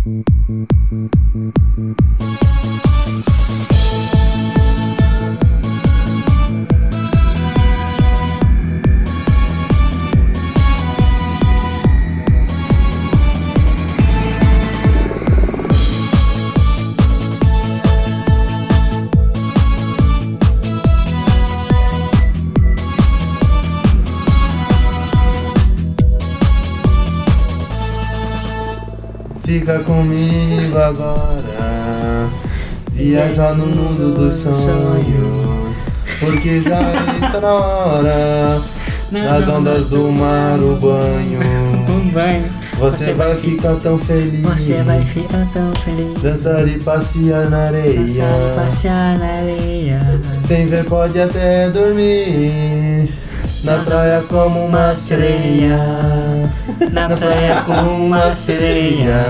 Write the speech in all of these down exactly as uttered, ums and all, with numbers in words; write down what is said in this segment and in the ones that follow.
Fica comigo agora, viajar no mundo dos sonhos, porque já está na hora, nas ondas do mar o banho. Você vai ficar tão feliz, você vai ficar tão feliz, dançar e passear na areia, dançar e passear na areia, sem ver pode até dormir, na praia como uma sereia, na praia como uma sereia.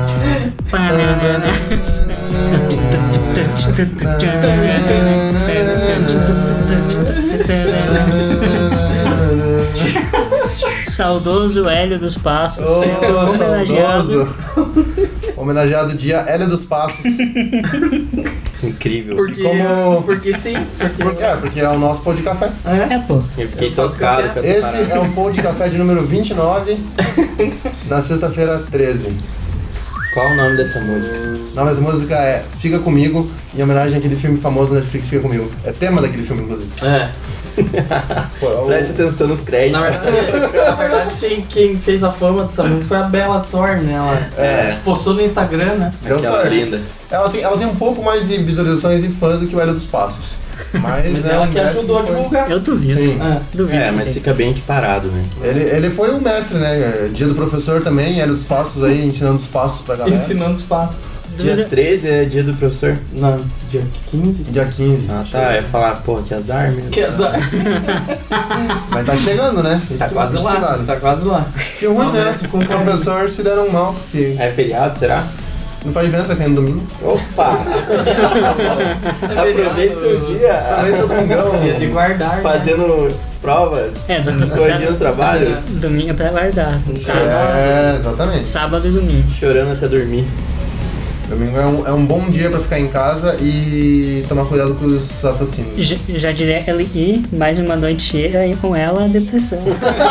Saudoso Hélio dos Passos, oh, sendo homenageado. Homenageado dia Hélio dos Passos. Incrível. Porque, Como... porque sim. Porque... Porque, é, porque é o nosso pão de café. É, pô. Eu fiquei tocado com essa Esse parada. é o pão de café de número vinte e nove, na sexta-feira treze. Qual o nome dessa música? O nome dessa música é Fica Comigo, em homenagem àquele filme famoso da Netflix, Fica Comigo. É tema daquele filme, inclusive. É. Pô, é o... Preste atenção nos créditos. Na verdade, na verdade quem, quem fez a fama dessa música foi a Bella Thorne, né? Ela É. postou no Instagram, né? Deu Aquela sorte. linda. Ela tem, ela tem um pouco mais de visualizações e fãs do que o Hélio dos Passos. Mas, Mas é ela um que mestre ajudou a foi- divulgar. Eu duvido. Sim. É. Duvido. É, mas fica bem equiparado, né? Ele, ele foi o mestre, né? Dia do professor também, Hélio dos Passos aí, ensinando os passos pra galera. Ensinando os passos. Dia treze é dia do professor? Não, dia quinze. Dia quinze. Ah, tá. Eu ia falar, pô, que azar, meu. Que azar. Mas tá chegando, né? Isso Tá que- quase isso que lá, vale. tá quase lá. Que ruim, Não, né? mestre com O professor se deram mal, porque É feriado, será? não faz diferença, vai cair no domingo. Opa! Aproveite seu dia Aproveita o domingão. Dia de guardar. né? fazendo provas, É, domingo. corrigindo trabalhos, Domingo é pra guardar. Sábado, É, exatamente. sábado e domingo. chorando até dormir. Domingo é um, é um bom dia pra ficar em casa e tomar cuidado com os assassinos. Já, já diria L I, mais uma noite cheia e com ela depressão.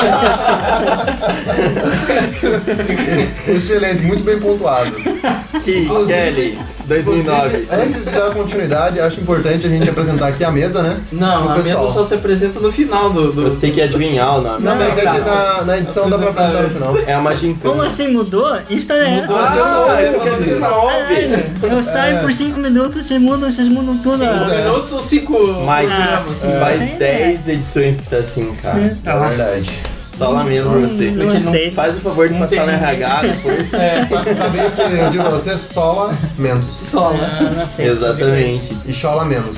Excelente, muito bem pontuado. Que Kelly, dois mil e nove. Antes de dar continuidade, acho importante a gente apresentar aqui a mesa, né? Não, Pro a pessoal. mesa só se apresenta no final do. do... Você tem que adivinhar o nome. Não, mas é que tá. na, na edição dá pra apresentar no final. É uma Como gincana. assim mudou? História é essa? Ah, então quer dizer, não Caralho, ouve. eu saio por cinco minutos, vocês mudam, vocês mudam tudo. Cinco é. minutos ou cinco. Mike, Ah, faz sim, dez edições que tá assim, cara. Sim. É verdade. Só lamento pra você. Não aceito. Faz o favor de Não passar tem. no R H depois. É, Sabe, sabe que eu digo pra você, sola menos. só, né? Ah, não aceito. Exatamente. E chola menos.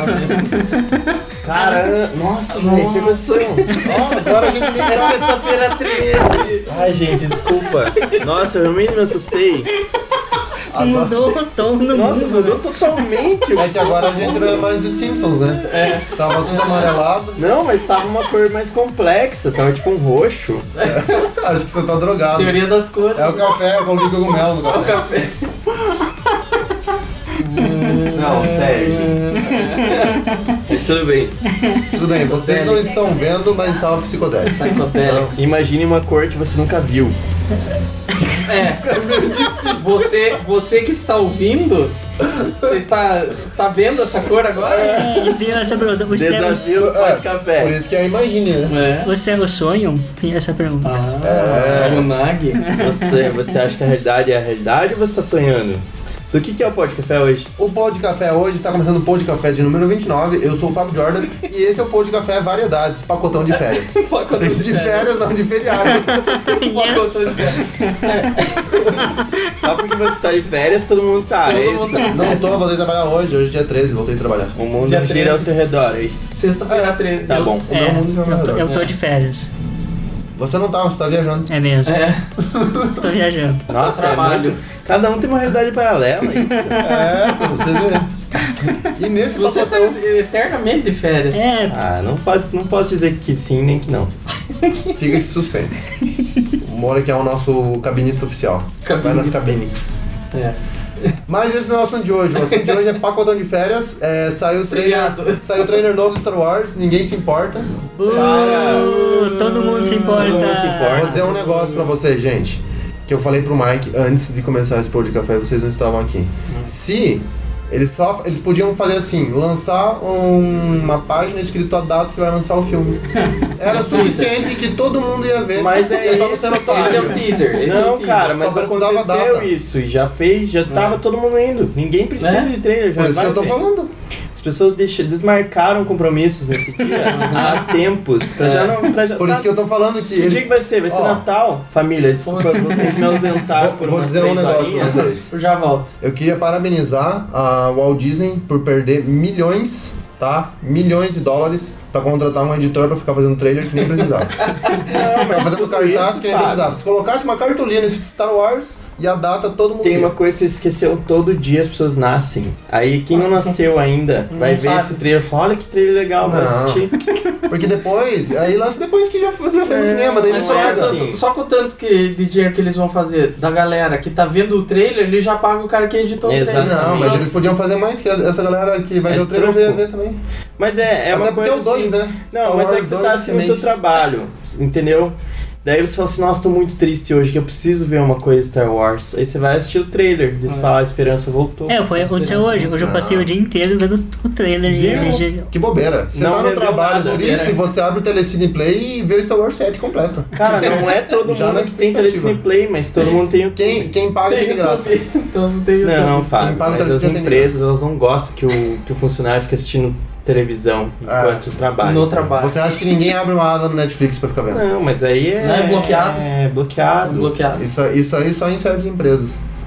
Cara, nossa, velho, que emoção. Ó, agora a gente tem É sexta-feira treze. Ai, gente, desculpa. Nossa, eu realmente me assustei. Mudou o tom do Nossa, mundo. mudou totalmente. É que agora a gente não é mais dos Simpsons, né? É. Tava tudo amarelado. Não, mas tava uma cor mais complexa, tava tipo um roxo. Acho que você tá drogado. Teoria das cores. É o café, eu coloquei cogumelo no É o café. café. Não, sério, gente. Mas tudo bem. Tudo bem, vocês não estão vendo, mas estava psicodélico. Psychedelics. Imagine uma cor que você nunca viu. É. Você, você que está ouvindo, você está, está vendo essa cor agora? É, viu essa pergunta? Você é, o, Desafio do pó de Por café. isso que é Imagine, né? É. você é o sonho? Tem essa pergunta. Ah, É. o Nag. Você, você acha que a realidade é a realidade ou você tá sonhando? Do que, que é o pó de café hoje? O Pão de Café hoje está começando o Pão de Café de número vinte e nove. Eu sou o Fábio Jordan e esse é o Pão de Café Variedades, pacotão de férias. Pacotão Esse de de férias, não de feriado. Yes. Só porque você tá de férias, todo mundo tá. Todo é isso? mundo tá. Não tô, voltei a trabalhar hoje, hoje é dia treze, voltei a trabalhar. O mundo Dia gira ao treze. seu redor, é isso? Sexta-feira treze. Tá bom. O meu É, mundo já vai eu, tô, redor. eu tô de férias. Você não tá, você tá viajando. É mesmo. É. Tô viajando. Nossa, é Trabalho. muito... Cada um tem uma realidade paralela, é isso. É, pra você ver. E nesse Você tá pacotão, eternamente de férias. É, Ah, não, pode, não posso dizer que sim, nem que não. fica esse suspense. O Mora que é o nosso cabinista oficial. Vai nas cabines. É. Mas esse não é o assunto de hoje. O assunto de hoje é pacotão de férias. É, saiu o trailer, Obrigado. saiu o trailer novo do Star Wars, ninguém se importa. Uh, todo mundo se importa. Todo mundo se importa. Vou dizer um negócio pra vocês, gente. Que eu falei pro Mike antes de começar esse pôr de café, vocês não estavam aqui. Se eles só eles podiam fazer assim, lançar um- uma página escrito a data que vai lançar o filme. Era suficiente que todo mundo ia ver. Mas é Ia estar no isso, celular. Esse é o teaser. Esse é o Não, teaser. cara, mas Só precisava aconteceu data. isso e já fez, já tava todo mundo indo. Ninguém precisa Né? de trailer, já Por isso vai que eu tô ter. falando. As pessoas deixa- desmarcaram compromissos nesse dia há tempos. Pra já não, pra já, Por isso que eu tô falando que Que dia eles... que vai ser? Vai ser Ó. Natal? Família, desculpa, vou ter que me ausentar Vou- por vou umas dizer um três negócio pra horinhas. vocês. Eu já volto. Eu queria parabenizar a Walt Disney por perder milhões, tá? Milhões de dólares pra contratar um editor pra ficar fazendo trailer que nem precisava. Não, Ficar mas fazendo tudo cartaz isso, que nem Fábio, precisava. Se colocasse uma cartolina nesse Star Wars e a data, todo mundo Tem via. uma coisa que você esqueceu, todo dia as pessoas nascem. Aí quem não nasceu ainda vai Não ver sabe. esse trailer e fala, olha que trailer legal, vou Não. assistir. Porque depois, aí lança depois que já, já saiu no É, cinema, daí Mas não só, é com é assim. tanto, só com o tanto que, de dinheiro que eles vão fazer da galera que tá vendo o trailer, ele já paga o cara que editou o trailer. Exatamente. Não, mas eles podiam fazer mais, que essa galera que vai É ver o trailer já ia troco. ver também. Mas é, é Até uma porque coisa é o dois, assim. né? Não, Star mas é Wars que você tá dois, assim no seu semente. trabalho, entendeu? Daí você fala assim, nossa, tô muito triste hoje, que eu preciso ver uma coisa Star Wars. Aí você vai assistir o trailer, diz É. falar, a esperança voltou. É, foi o que aconteceu hoje. Hoje eu passei Não. o dia inteiro vendo o trailer. Viu? E, Que bobeira. Você Não tá no rendeu trabalho nada, triste, bobeira. você abre o Telecine Play e vê o Star Wars sete completo. Cara, não é todo Já na mundo que tem expectativa. Telecine Play, mas todo mundo tem o Quem, quem paga tem de graça. YouTube, então não tem YouTube. Não, Fábio, Quem paga mas as Telecine tem empresas elas não gostam que o, que o funcionário fique assistindo televisão enquanto trabalha. No trabalho. Você acha que ninguém abre uma aba no Netflix pra ficar vendo? Não, mas aí é... Não é bloqueado? É bloqueado. Bloqueado. Isso, isso aí só em certas empresas.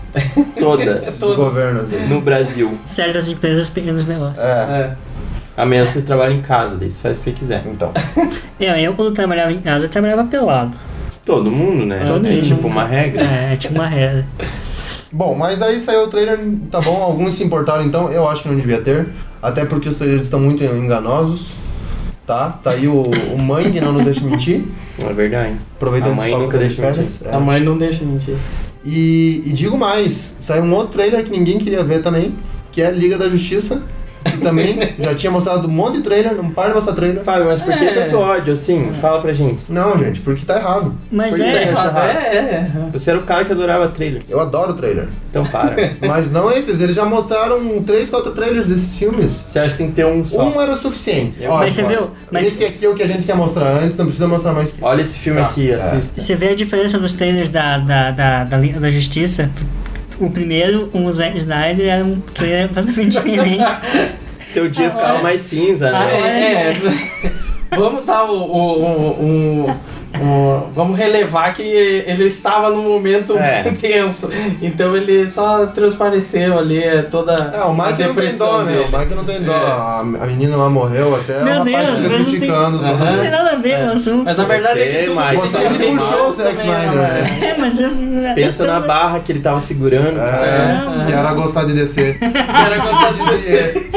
Todas. Dos governos. às vezes. No Brasil. certas empresas pequenos negócios. É, É. A menos que você trabalha em casa, daí você faz o que você quiser. então. Eu, eu quando trabalhava em casa, eu trabalhava pelado. Todo mundo, né? Todo Tem mundo. tipo uma regra. É, tinha uma regra. Bom, mas aí saiu o trailer, tá bom, alguns se importaram então, eu acho que não devia ter. Até porque os trailers estão muito enganosos, tá? Tá aí o, o mãe que não nos deixa mentir, Não é verdade. aproveitando A mãe esse papo nunca de deixa férias. É. A mãe não deixa mentir. E, e digo mais, saiu um outro trailer que ninguém queria ver também, que é Liga da Justiça, que também já tinha mostrado um monte de trailer, não para de mostrar trailer. Fábio, mas por que É. tanto ódio assim? Fala pra gente. Não, gente, porque tá errado. Mas Por que é. você acha errado? É, é. Você era o cara que adorava trailer. Eu adoro trailer. Então para. Mas não esses, eles já mostraram três, quatro trailers desses filmes. Você acha que tem que ter um só? Um era o suficiente. Eu- Olha, Mas você olha, viu? Mas- Esse aqui é o que a gente quer mostrar antes, não precisa mostrar mais que Olha esse filme Tá. aqui, É. assista. Você vê a diferença dos trailers da, da, da, da Liga da Justiça? O primeiro, o Zack Snyder, era um trailer completamente diferente. Teu dia ficava mais cinza, Ah, né? É, é. Vamos dar o, o, o, o- o- Vamos relevar que ele estava num momento É. tenso. Então ele só transpareceu ali toda É, o a Mike não tem depressão dó, né? dele. O Mike não tem dó. É. A, a menina lá morreu até, Meu o rapaz Deus, fica mas não tem- criticando. Aham. você. Não tem nada a ver com o assunto. Mas a verdade é Você, que tudo Mike, que Você ele que fez puxou mal o Zack também era Snyder, mal. né? É, mas eu, Pensa eu, na barra que ele tava segurando. cara. É, que era gostar de descer. Era gostar de descer.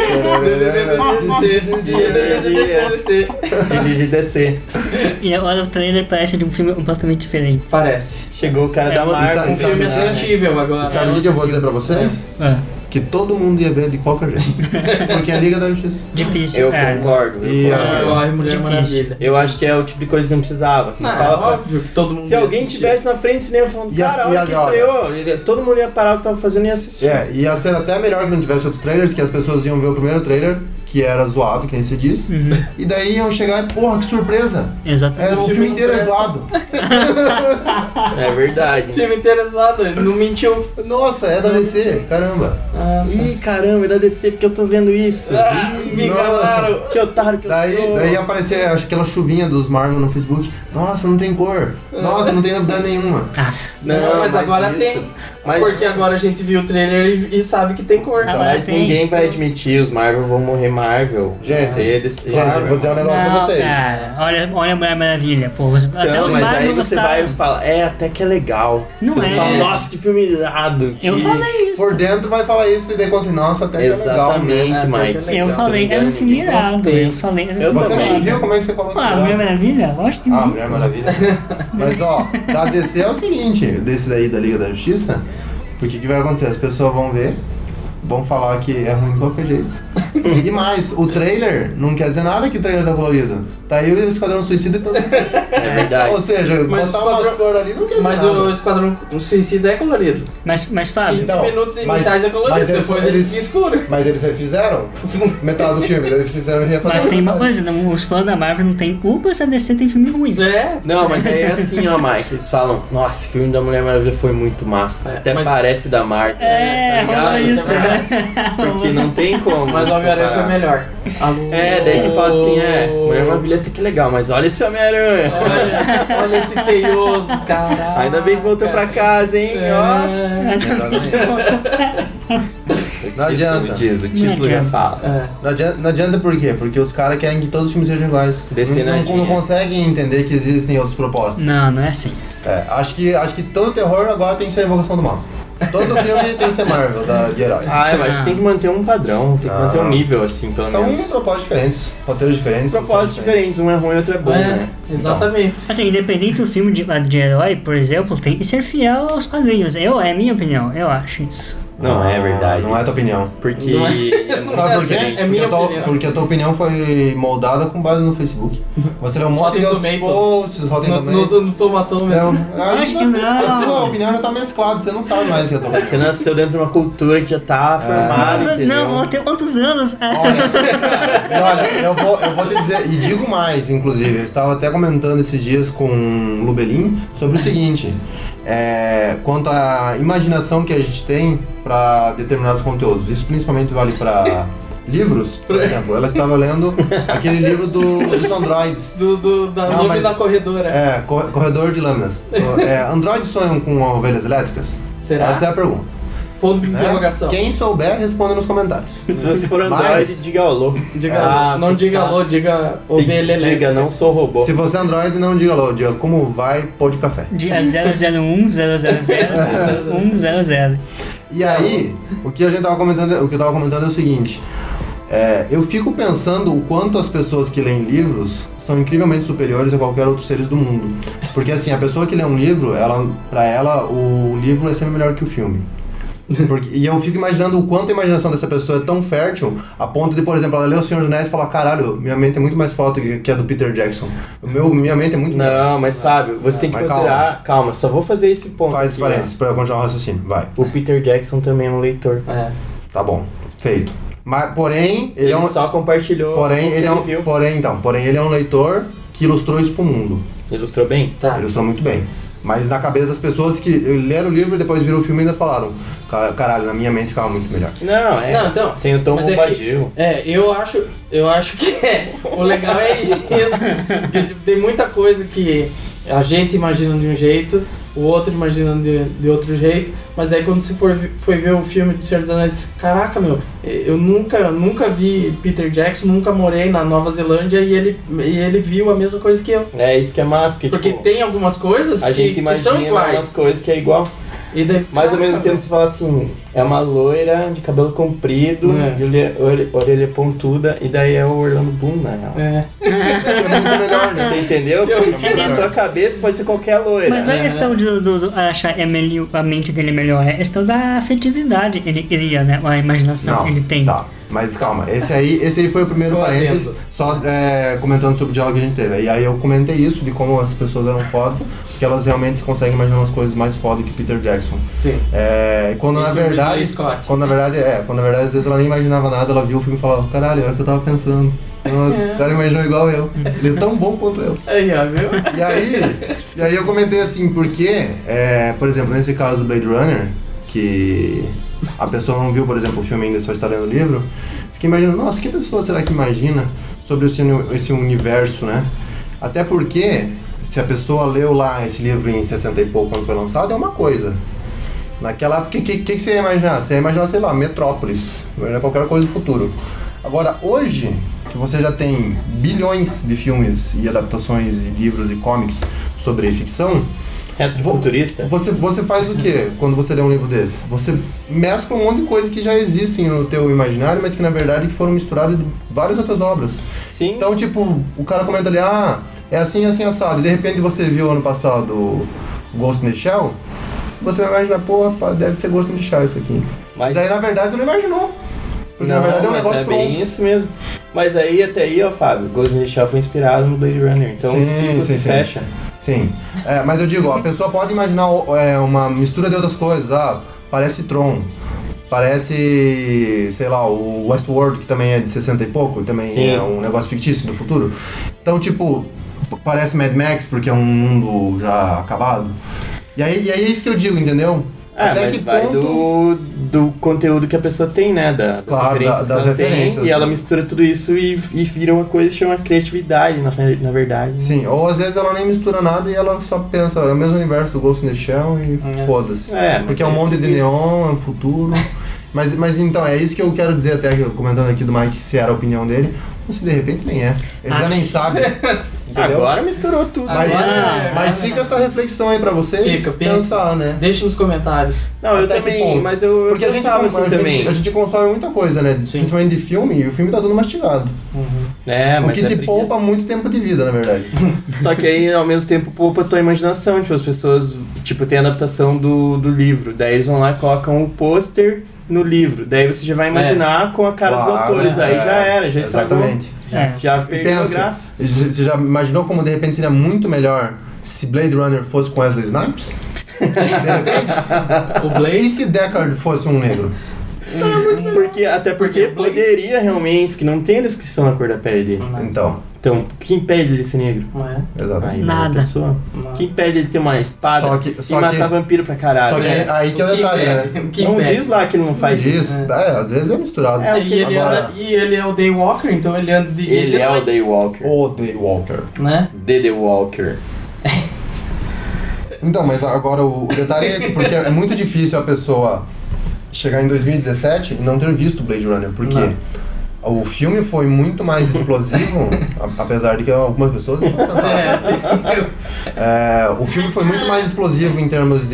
Descer. De, de descer. E agora o trailer parece de um filme completamente diferente. Parece. Chegou o cara É, da o- Marvel. Sabe- Um filme sabe- assistível agora. Sabe o que que eu vou dizer pra vocês? É. Que todo mundo ia ver de qualquer jeito. Porque é Liga da Justiça. Difícil, Eu cara. concordo. eu E concordo. a- Corre, Mulher Difícil. Maravilha. Eu acho que é o tipo de coisa que não precisava. Você Ah, fala- óbvio que todo mundo Se ia alguém assistir. tivesse na frente do cinema falando, E a- cara, e olha a- que olha. estreou, ele- todo mundo ia parar o que tava fazendo e ia assistir. É, ia ser até melhor que não tivesse outros trailers, que as pessoas iam ver o primeiro trailer, que era zoado, que nem você disse. Uhum. E daí iam chegar e, porra, que surpresa! É, Exatamente. o filme inteiro é zoado. É O verdade. filme inteiro é zoado, ele não mentiu. Nossa, é da D C, caramba. Ah, Ih, caramba, é da D C porque eu tô vendo isso. ah, me Nossa. enganaram. Que otário que eu Daí, sou. daí ia aparecer acho, aquela chuvinha dos Marvel no Facebook. Nossa, não tem cor. Nossa, não tem novidade nenhuma. Ah, Não, mas agora isso- tem. Mas, Porque agora a gente viu o trailer e, e sabe que tem cor. Ah, Tá? mas tem. ninguém vai admitir, os Marvel vão morrer Marvel. Gente, C, D C. Gente, eu vou dizer um negócio pra não, vocês. cara. Olha, olha a Mulher Maravilha. Pô, os, até Então, os mas Marvel aí você gostaram. vai e fala, é, até que é legal. Não você é. fala, nossa, que filme irado. Eu que- falei isso. Por dentro vai falar isso e daí quando assim, nossa, até que é legal Exatamente, mesmo. né? Mike. Até que é Eu legal. falei que era um filme irado. Gostei. Eu falei que era um Eu filme Você também. nem irado. viu como é que você falou que Ah, era? Mulher Maravilha? Lógico que Ah, vi. Mulher Maravilha. Mas ó, da D C é o seguinte, desse daí da Liga da Justiça, Porque o que vai acontecer? As pessoas vão ver, vão falar que é ruim de qualquer jeito. E mais, o trailer não quer dizer nada que o trailer tá colorido. Tá aí o Esquadrão Suicida e todo mundo. É verdade. Ou seja, Mas botar o umas Esquadrão- cores ali não quer dizer Mas nada. o Esquadrão Suicida é colorido. Mas, mas Fábio, quinze Não, minutos mas- iniciais é colorido, mas eles- depois eles- ele fica escuro. Mas eles refizeram metade do filme, eles quiseram refazer. mas tem uma coisa, não, os fãs da Marvel não tem culpa se a D C tem filme ruim. É. Não, mas aí é assim, ó, Mike. Eles falam, nossa, esse filme da Mulher Maravilha foi muito massa. É, Até mas- parece da Marvel. É, tá ligado? rola isso, É, né? Porque não tem como. Mas o Homem-Aranha foi comparar. melhor. É, daí você fala assim, é, Mulher Maravilha até que legal, mas olha esse Homem-Aranha. Olha, olha esse teioso, caralho. Ainda bem que voltou pra casa, hein? Ó. É. Não adianta. Diz, o título Não já adianta. fala. É. Não adianta, não adianta por quê? Porque os caras querem que todos os filmes sejam iguais. Não, não, Decenadinha. não conseguem entender que existem outros propósitos. Não, não é assim. É, acho que, acho que todo terror agora tem que ser Invocação do Mal. Todo filme tem que ser Marvel, da, de herói. Ah, eu acho que tem que manter um padrão, tem que Ah. manter um nível, assim, pelo São menos. propósitos diferentes, roteiros diferentes. Propósitos diferentes, um é ruim e outro é bom, É, né? exatamente. Assim, independente do filme de, de herói, por exemplo, tem que ser fiel aos quadrinhos. Eu, é a minha opinião, eu acho isso. Não, é verdade. Não é a tua opinião. Porque Não é muito Sabe por quê? diferente. É minha porque, a tua, opinião. porque a tua opinião foi moldada com base no Facebook. Você lê um monte Rotten de outros Tomatoes. posts, Rotten No, Tomatoes. no, no tomatômetro. Não, aí Acho que na- não. A tua opinião já tá mesclada, você não sabe mais o que é a tua Você opinião. nasceu dentro de uma cultura que já tá formada, não, entendeu? não, tem quantos anos? Olha, e olha, eu vou, eu vou te dizer, e digo mais, inclusive, eu estava até comentando esses dias com o Lubelin sobre o seguinte, é, quanto à imaginação que a gente tem para determinados conteúdos. Isso principalmente vale para livros, por exemplo. Ela estava lendo aquele livro do, dos androids. Do, do, da Não, nome mas- da corredora. É, cor- corredor de lâminas. É, androids sonham com ovelhas elétricas? Será? Essa é a pergunta. Ponto de né? interrogação. Quem souber, responda nos comentários. Se você for Mas- Android, diga alô. Diga Ah, alô. Não porque diga tá- alô, diga ovelha Diga, elétrica. não sou robô. Se você é Android, não diga alô, diga como vai pôr de café. Dia zero zero um zero zero zero um zero zero. E aí, o que a gente tava comentando, o que eu tava comentando é o seguinte. É, eu fico pensando o quanto as pessoas que leem livros são incrivelmente superiores a qualquer outro seres do mundo. Porque assim, a pessoa que lê um livro, ela, pra ela, o livro é sempre melhor que o filme. Porque, e eu fico imaginando o quanto a imaginação dessa pessoa é tão fértil, a ponto de, por exemplo, ela ler O Senhor dos Anéis e falar, caralho, minha mente é muito mais forte que- que a do Peter Jackson. O meu, minha mente é muito melhor. Não, mas Fábio, você tem que Mas considerar... Calma. só vou fazer esse ponto Faz aqui, esse parênteses pra eu continuar o raciocínio, vai. ó. O Peter Jackson também é um leitor. É. Tá bom, feito. Mas, porém, ele, Ele, é um... só compartilhou Porém, o que ele é um, viu. porém, então, porém, ele é um leitor que ilustrou isso pro mundo. Ilustrou bem? Tá. Ilustrou muito bem. Mas na cabeça das pessoas que leram o livro e depois viram o filme ainda falaram, "Ca- caralho, na minha mente ficava muito melhor." Não, é. Não, então, Tem o Tom mas é que- Bombadil. É, eu acho, eu acho que é, o legal é isso. Que, tipo, tem muita coisa que a gente imagina de um jeito, o outro imagina de, de outro jeito, mas daí quando você for, vi- foi ver o filme do Senhor dos Anéis, caraca, meu, eu nunca, nunca vi Peter Jackson, nunca morei na Nova Zelândia e ele, e ele viu a mesma coisa que eu. É isso que é massa, porque, Porque tipo, tem algumas coisas a que, gente que imagina são iguais. umas coisas que é igual. E daí, Mas ao mesmo caraca, tempo você fala assim, é uma loira de cabelo comprido, É. e orelha, orelha, orelha pontuda, e daí é o Orlando Bloom, na real. É. É muito melhor, né? Você entendeu? Eu- Porque na tua cabeça pode ser qualquer loira. Mas não é É. questão de do, do, achar é melhor, a mente dele é melhor, é questão da afetividade que ele queria, né? A imaginação que ele tem. Tá, mas calma, esse aí, esse aí foi o primeiro Tô parênteses, atento. só é, comentando sobre o diálogo que a gente teve. E aí eu comentei isso, de como as pessoas eram fodas, porque elas realmente conseguem imaginar umas coisas mais fodas que Peter Jackson. Sim. É, quando E na que o Ridley verdade, Scott. quando na verdade, é, quando na verdade às vezes ela nem imaginava nada, ela viu o filme e falava, caralho, era o que eu tava pensando. Nossa, o cara imaginou igual eu. Ele é tão bom quanto eu. Aí, ó, viu? E aí, e aí eu comentei assim, porque, é, por exemplo, nesse caso do Blade Runner, que a pessoa não viu, por exemplo, o filme ainda só está lendo o livro, fiquei imaginando, nossa, que pessoa será que imagina sobre esse, uni- esse universo, né? Até porque, se a pessoa leu lá esse livro em sessenta e pouco quando foi lançado, é uma coisa. Naquela época, o que, que, que você ia imaginar? Você ia imaginar, sei lá, Metrópolis, imaginar qualquer coisa do futuro. Agora, hoje, que você já tem bilhões de filmes e adaptações e livros e comics sobre ficção, Retrofuturista? você, você faz o quê quando você lê um livro desse? Você mescla um monte de coisas que já existem no teu imaginário, mas que na verdade foram misturadas de várias outras obras. Sim. Então, tipo, o cara comenta ali, ah, é assim, assim, assado. E de repente você viu ano passado Ghost in the Shell, você vai imaginar, pô, deve ser Ghost in the Shell isso aqui. Mas... Daí, na verdade, você não imaginou. Porque, não, na verdade, é um mas negócio é pronto. bem isso mesmo. Mas aí, até aí, ó, Fábio, Ghost in the Shell foi inspirado no Blade Runner. Então Sim, o ciclo sim, se sim. fecha. Sim, é, mas eu digo, a pessoa pode imaginar é, uma mistura de outras coisas, ah, parece Tron, parece, sei lá, o Westworld, que também é de sessenta e pouco, também Sim. é um negócio fictício do futuro. Então, tipo, parece Mad Max, porque é um mundo já acabado. E aí, e aí é isso que eu digo, entendeu? É, Até mas que vai ponto... do, do conteúdo que a pessoa tem, né? Da, das Claro, referências da- das que ela referências, tem, e ela né? mistura tudo isso e, e vira uma coisa que chama criatividade, na, na verdade. Sim, ou às vezes ela nem mistura nada e ela só pensa, é o mesmo universo do Ghost in the Shell e É. foda-se. É, mas Porque é um é monte tudo de isso. neon, é um futuro. Mas, mas então, é isso que eu quero dizer até, comentando aqui do Mike, se era a opinião dele, ou se de repente nem é. Ele já Ah. nem sabe. Entendeu? Agora misturou tudo. Mas, Agora- mas fica essa reflexão aí pra vocês Fica, pensa. pensar, né? Deixa nos comentários. Não, eu Até que também, ponto? mas eu, eu Porque a gente, pensava a, assim gente, também. a gente consome muita coisa, né? Sim. Principalmente de filme, e o filme tá tudo mastigado. É, o mas que é te preguiça. poupa muito tempo de vida, na verdade. Só que aí, ao mesmo tempo, poupa a tua imaginação. Tipo, as pessoas, tipo, tem a adaptação do, do livro. Daí eles vão lá e colocam o pôster no livro. Daí você já vai imaginar com a cara dos Claro, autores. Aí é, já era, já estragou. Exatamente. É. Já E perdeu a pensa, graça. você já imaginou como de repente seria muito melhor se Blade Runner fosse com Wesley Snipes? De repente? O Blade. E se Deckard fosse um negro? Porque, até porque Porque poderia realmente, porque não tem descrição da cor da pele dele. Então, Então, o que impede ele ser negro? Não é? exatamente. Aí, Nada. uma pessoa. Não. O que impede ele ter uma espada Só que- e só matar que- vampiro pra caralho? Só que né? aí, aí que é o O que detalhe, impede? né? O que Não impede? diz lá que ele não faz Diz, isso. é, às vezes é misturado. É, E ele, Agora- anda, e ele é o Daywalker, então ele anda de dia e Ele de é o noite, Daywalker. O Daywalker. né? The Daywalker. Então, mas agora o, o detalhe é esse, porque é muito difícil a pessoa chegar em dois mil e dezessete e não ter visto Blade Runner, porque Não. o filme foi muito mais explosivo, a- apesar de que algumas pessoas não gostaram. É, entendeu? É, o filme foi muito mais explosivo em termos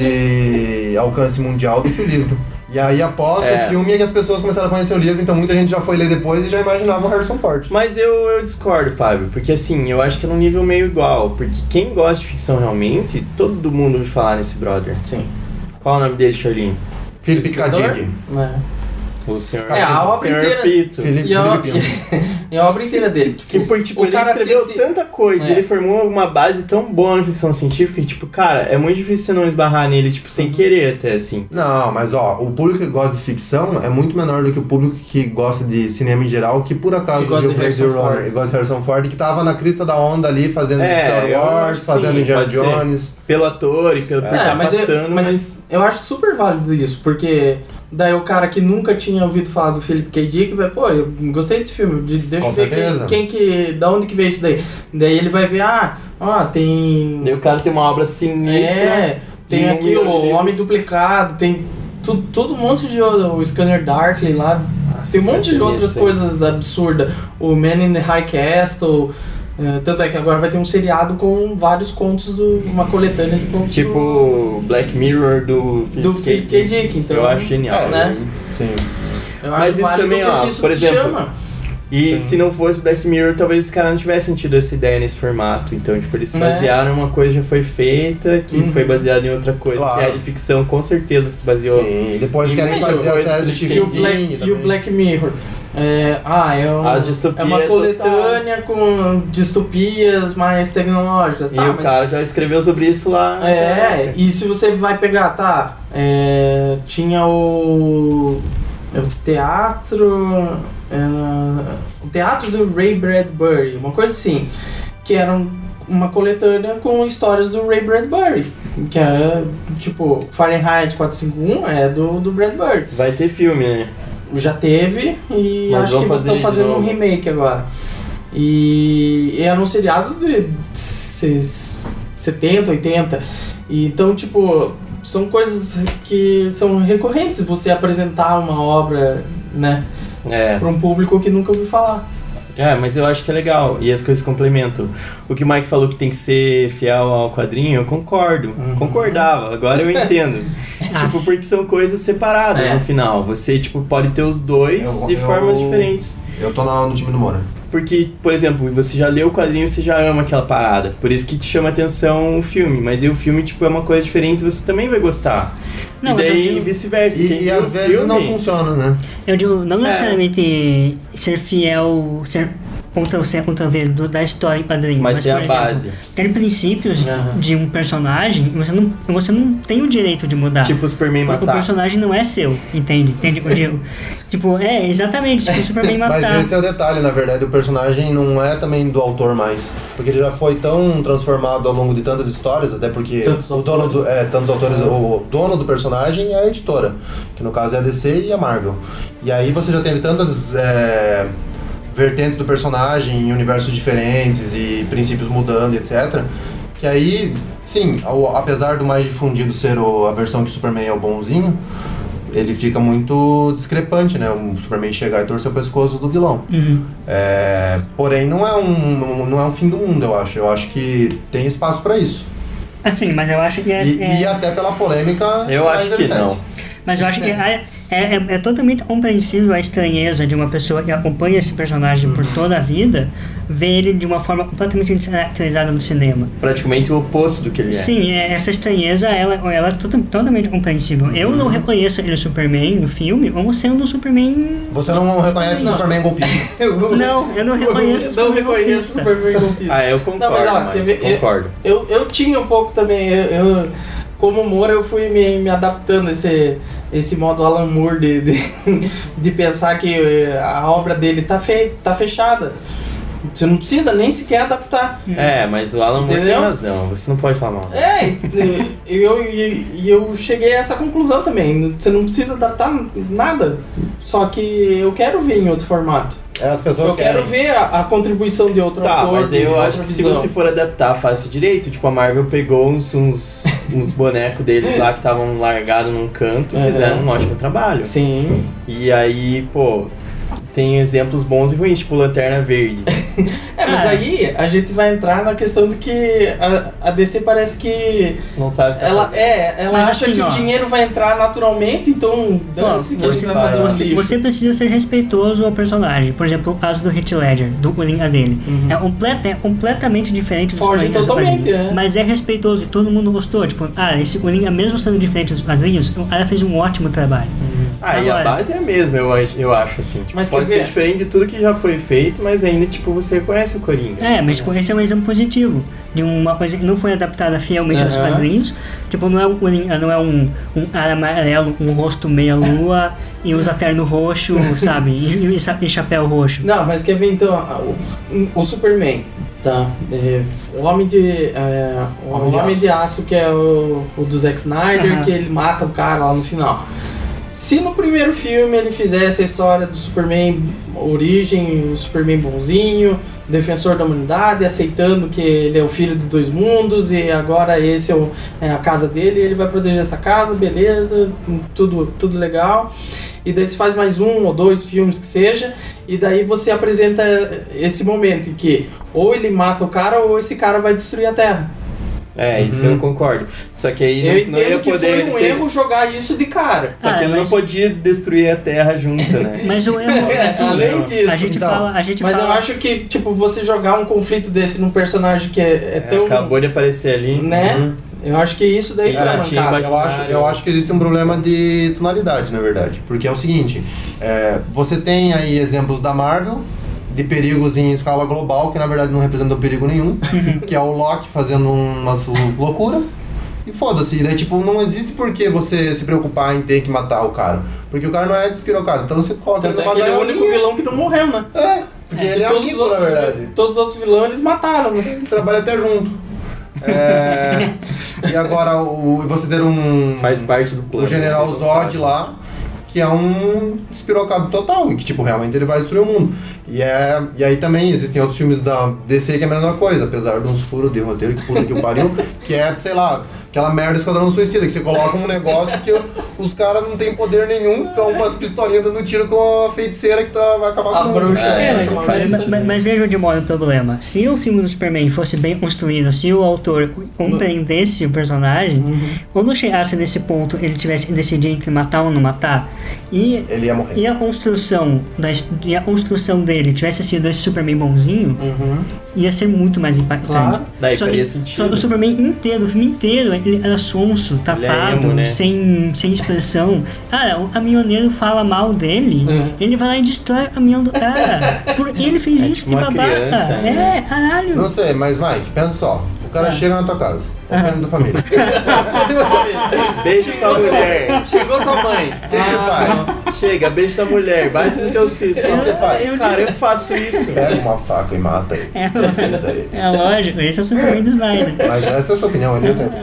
de alcance mundial do que o livro. E aí, após É. o filme, é que as pessoas começaram a conhecer o livro, então muita gente já foi ler depois e já imaginava o Harrison Ford. Mas eu, eu discordo, Fábio, porque assim, eu acho que é num nível meio igual. Porque quem gosta de ficção realmente, todo mundo ouve falar nesse brother. Sim. Qual é o nome dele, Charlene? Felipe Kadig. Né? O senhor, É, a o obra senhor inteira- Pito. Felipe, E a, Felipe Pinto. e a obra inteira dele. Que foi, tipo, O ele cara escreveu assiste- tanta coisa, É. ele formou uma base tão boa na ficção científica que, tipo, cara, é muito difícil você não esbarrar nele, tipo, sem querer até, assim. Não, mas ó, o público que gosta de ficção é muito menor do que o público que gosta de cinema em geral, que por acaso Que gosta viu de Blade Harrison Runner Ford. e gosta de Harrison Ford, que tava na crista da onda ali fazendo É, Star eu Wars, acho que fazendo sim, Indiana pode ser. Jones. Pelo ator e pelo por É, tá mas, passando, eu, mas, mas... eu acho super válido isso, porque daí o cara que nunca tinha ouvido falar do Philip K. Dick vai, pô, eu gostei desse filme, de, deixa Com eu ver quem, certeza. quem que, da onde que veio isso daí. Daí ele vai ver, ah, ó, tem... Daí o cara tem uma obra sinistra. É, tem de um aqui milhão o de livros. Homem Duplicado, tem tu, todo um monte de o Scanner Darkly lá, Nossa, tem um monte isso de é outras sinistro, hein? coisas absurdas. O Man in the High Castle, é, tanto é que agora vai ter um seriado com vários contos, do, uma coletânea de contos Tipo o Black Mirror do do, do Philip K. Dick, então... Eu acho genial. É, né? isso, sim. Eu Mas acho isso válido também, ó, porque isso por te exemplo, chama. E Sim. se não fosse o Black Mirror, talvez esse cara não tivesse sentido essa ideia nesse formato. Então, tipo, eles se Né? basearam em uma coisa que já foi feita, que Uhum. foi baseada em outra coisa, Claro. que é de ficção, com certeza se baseou. Sim, e depois E querem muita fazer a coisa série do de Stephen E o, King Black, e o também. Black Mirror. É, ah, é, um, As distopia é uma total. coletânea com distopias mais tecnológicas. E Tá, o mas- cara já escreveu sobre isso lá. É, e se você vai pegar, tá, é, tinha o, é o teatro, é, o teatro do Ray Bradbury, uma coisa assim, que era um- uma coletânea com histórias do Ray Bradbury, que é, tipo, Fahrenheit quatrocentos e cinquenta e um é do, do Bradbury. Vai ter filme, né? Já teve e Mas acho vão que fazer estão de fazendo um novo. remake agora. E era um seriado de ses- setenta, oitenta. E então, tipo, são coisas que são recorrentes você apresentar uma obra, né, É. para um público que nunca ouviu falar. É, mas eu acho que é legal. E as coisas complementam. O que o Mike falou que tem que ser fiel ao quadrinho, eu concordo. Uhum. Concordava, agora eu entendo. Tipo, porque são coisas separadas É. no final. Você, tipo, pode ter os dois Eu- de eu- formas diferentes. Eu tô na- no time do Moura. porque, por exemplo, você já leu o quadrinho, você já ama aquela parada. Por isso que te chama atenção o filme. Mas aí o filme, tipo, é uma coisa diferente, você também vai gostar. Não, e mas eu daí digo- vice-versa. E, Quem e viu às o vezes filme- não funciona, né? Eu digo, não necessariamente ser fiel, ser Ctrl C, Ctrl V do- da história em quadrinho. Mas tem por a exemplo, base. ter princípios Aham. de um personagem, você não, você não tem o direito de mudar. Tipo o Superman Porque o matar. personagem não é seu, entende? Entende o que eu digo? Tipo, é, exatamente, tipo, o Superman matar. Mas esse é o detalhe, na verdade, o personagem não é também do autor mais. Porque ele já foi tão transformado ao longo de tantas histórias, até porque Tantos o dono do, autores. é, tantos autores, o dono do personagem é a editora, que no caso é a D C e a Marvel. E aí você já teve tantas é, vertentes do personagem em universos diferentes e princípios mudando, etcétera. Que aí, sim, ao- apesar do mais difundido ser o- a versão que o Superman é o bonzinho, ele fica muito discrepante, né? O Superman chegar e torcer o pescoço do vilão. Uhum. É, porém, não é, um, não é um fim do mundo, eu acho. Eu acho que tem espaço pra isso. Assim, mas eu acho que é. E, é- e até pela polêmica. Eu mais acho que recente. não. Mas eu acho que é, é, é, é totalmente compreensível a estranheza de uma pessoa que acompanha esse personagem por toda a vida ver ele de uma forma completamente descaracterizada no cinema. Praticamente o oposto do que ele é. Sim, é, essa estranheza ela, ela é tota- totalmente compreensível. Eu não reconheço ele Superman no filme como sendo um Superman. Você não reconhece Não. o Superman golpista. Eu- Não, eu não reconheço o Não Superman reconheço o golpista. Superman golpista. Ah, eu concordo, Não, mas, ó, Mike, teve- concordo. Eu, eu tinha um pouco também, eu, eu- como Moura, eu fui me, me adaptando a esse, esse modo Alan Moore de, de, de pensar que eh, a obra dele tá, fe, tá fechada. Você não precisa nem sequer adaptar. É, mas o Alan Moore tem Entendeu? razão, você não pode falar mal. É, e eu, e, e eu cheguei a essa conclusão também. Você não precisa adaptar nada. Só que eu quero ver em outro formato. É, as pessoas Eu quero querem. ver a, a contribuição de outro Tá, autor. mas de eu outra acho que se visão. você for adaptar, faça direito. Tipo, a Marvel pegou uns, uns, uns bonecos deles lá que estavam largados num canto e Uhum. fizeram um ótimo trabalho. Sim. E aí, pô, tem exemplos bons e ruins, tipo Lanterna Verde. É, mas Ah. aí a gente vai entrar na questão de que a, a D C parece que Não sabe o que tá ela, fazendo. é, ela Mas acha assim, que ó. o dinheiro vai entrar naturalmente, então dane-se que Você, ele vai fazer um você, lixo. você precisa ser respeitoso ao personagem. Por exemplo, o caso do Heath Ledger, do Coringa dele. Uhum. É, comple- é completamente diferente dos Foge Coringas do totalmente, quadrinho. é. Mas é respeitoso e todo mundo gostou. Tipo, ah, esse Coringa, mesmo sendo diferente dos quadrinhos, o cara fez um ótimo trabalho. Ah, e a Agora- base é a mesma, eu acho, eu acho assim. Tipo, Mas pode quer ser ver? diferente de tudo que já foi feito, mas ainda, tipo, você reconhece o Coringa. É, mas tipo, esse é um exemplo positivo de uma coisa que não foi adaptada fielmente aos Aham. quadrinhos. Tipo, não é um Coringa, não é um, um cara amarelo, um rosto meia-lua e usa terno roxo, sabe? E, e, sa- e chapéu roxo. Não, mas quer ver então a- o, o Superman, tá? É, o Homem de é, o Homem Homem, de de, Aço. aço. que é o, o do Zack Snyder, Aham. que ele mata o cara lá no final. Se no primeiro filme ele fizesse a história do Superman origem, o Superman bonzinho, defensor da humanidade, aceitando que ele é o filho de dois mundos e agora esse é, o- é a casa dele, ele vai proteger essa casa, beleza, tudo, tudo legal. E daí você faz mais um ou dois filmes que seja, e daí você apresenta esse momento em que ou ele mata o cara ou esse cara vai destruir a Terra. É, isso Uhum. eu concordo. Só que aí Eu não, não ia entendo que poder. foi ele um ter- erro jogar isso de cara. Só Ah, que ele não mas- podia destruir a Terra junto, né? Mas o erro, assim, Além disso, a gente então, fala, a gente Mas fala, eu acho que, tipo, você jogar um conflito desse num personagem que é, é É, tão... acabou de aparecer ali. Né? Uhum. Eu acho que isso daí Ele foi já uma tinha mancada. batido. Eu acho, eu acho que existe um problema de tonalidade, na verdade. Porque é o seguinte, é, você tem aí exemplos da Marvel, de perigos em escala global, que na verdade não representam perigo nenhum, que é o Loki fazendo umas loucura. E foda-se, e daí tipo, não existe por que você se preocupar em ter que matar o cara. Porque o cara não é despirocado, então você coloca Tanto ele é numa que ele é o gaiolinha. único vilão que não morreu, né? É, porque ele é todos, amigo, os na outros, verdade. todos os outros vilões eles mataram, né? Ele trabalha até junto. É, e agora o, você ter um... Faz parte do plano. o General vocês não Zod sabem. lá, que é um despirocado total, e que tipo, realmente ele vai destruir o mundo. E, é, e aí também existem outros filmes da D C que é a mesma coisa, apesar de uns furos de roteiro que puta que o pariu, que é, sei lá, aquela merda Esquadrão Suicida, que você coloca um negócio que os caras não tem poder nenhum, estão com as pistolinhas dando tiro com a feiticeira que tá, vai acabar A com o mundo. bruxa. É, mas, Faz mas, sentido. mas, mas veja onde mora o problema. Se o filme do Superman fosse bem construído, se o autor compreendesse o personagem, Uhum. quando chegasse nesse ponto, ele tivesse que decidir entre matar ou não matar, e, Ele ia morrer. e a construção da, his- e a construção dele tivesse sido esse Superman bonzinho, Uhum. ia ser muito mais impactante. Claro. Daí Só faria que- sentido. só que o Superman inteiro, o filme inteiro, ele era sonso, tapado, emo, né? sem, sem expressão. Cara, o caminhoneiro fala mal dele, Uhum. ele vai lá e destrói o caminhão do cara. Por, ele fez É isso, tipo que uma babaca. criança, É, né? caralho. Não sei, mas Mike, pensa só. O cara Ah. chega na tua casa, ofende da família. Beijo tua mulher. Chegou tua mãe. O que que você faz? Chega, beijo tua mulher. Bate nos teus filhos. O que você faz? Eu Cara, disse- eu faço isso. Pega uma faca e mata ele. É. Senta ele. É lógico, esse é o Superman do Snyder. Mas essa é a sua opinião, ali eu tenho.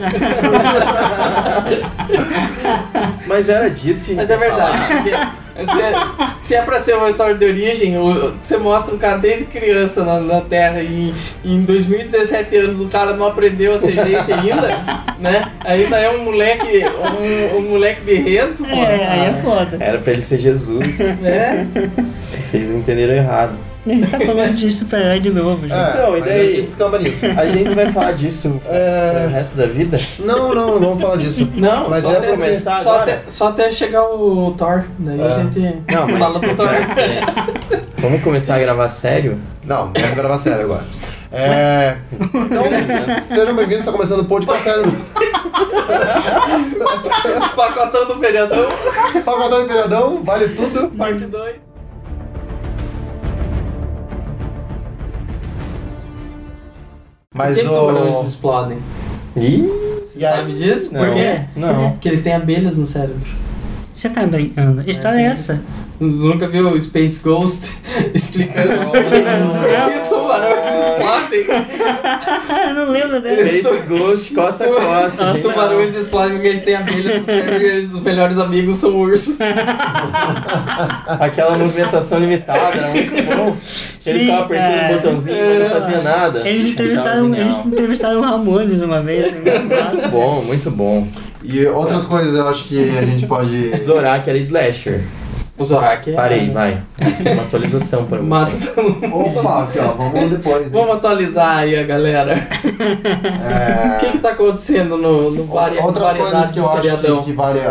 Mas era disso que a gente Mas é ia verdade. falar. porque Se, se é pra ser uma história de origem, o- você mostra um cara desde criança na, na Terra e, e em dois mil e dezessete anos o cara não aprendeu a ser gente ainda, né? Ainda é um moleque, um, um moleque birrento, pô. É, aí é foda. Era pra ele ser Jesus. né? Vocês entenderam errado. A gente tá falando de super-herói de novo, gente. É, Então, e mas daí? a gente descamba nisso. A gente vai falar disso É. pro resto da vida? Não, não, não vamos falar disso. Não, Mas só, é até, porque- começar só, agora? até, só até chegar o Thor, daí É. a gente Não, mas- fala pro Thor. É. Vamos começar a gravar sério? Não, vamos gravar sério agora. É. Então, sejam bem-vindos, está começando o podcast. Pacotão do feriadão, Pacotão de Feriadão, vale tudo. parte dois. Por Mas que, que tubarões o. explodem? Ih, E aí- Sabe disso? não. Por quê? Não. Porque eles têm abelhas no cérebro. Você tá brincando? A história é essa? Nunca viu o Space Ghost explicando por que tubarões explodem? Eu não lembro dela. Face Ghost, costa a costa. Os gente. tubarões explodem porque eles têm abelhas no cérebro e eles- os melhores amigos são ursos. Aquela movimentação limitada, era muito bom. Ele Sim, ficava apertando é. o botãozinho, mas não fazia nada. Eles entrevistaram, Genial. eles entrevistaram o Ramones uma vez. Foi muito Muito massa. bom, muito bom. E outras coisas eu acho que a gente pode. Zorak era slasher. O Zorak é... Parei, vai. Uma atualização pra Mata você. todo mundo. Opa, aqui ó, vamos depois. Vamos atualizar aí a galera. O que É. que tá acontecendo no, no vari, Outras variedade coisas que eu do acho feriadão? que, que vale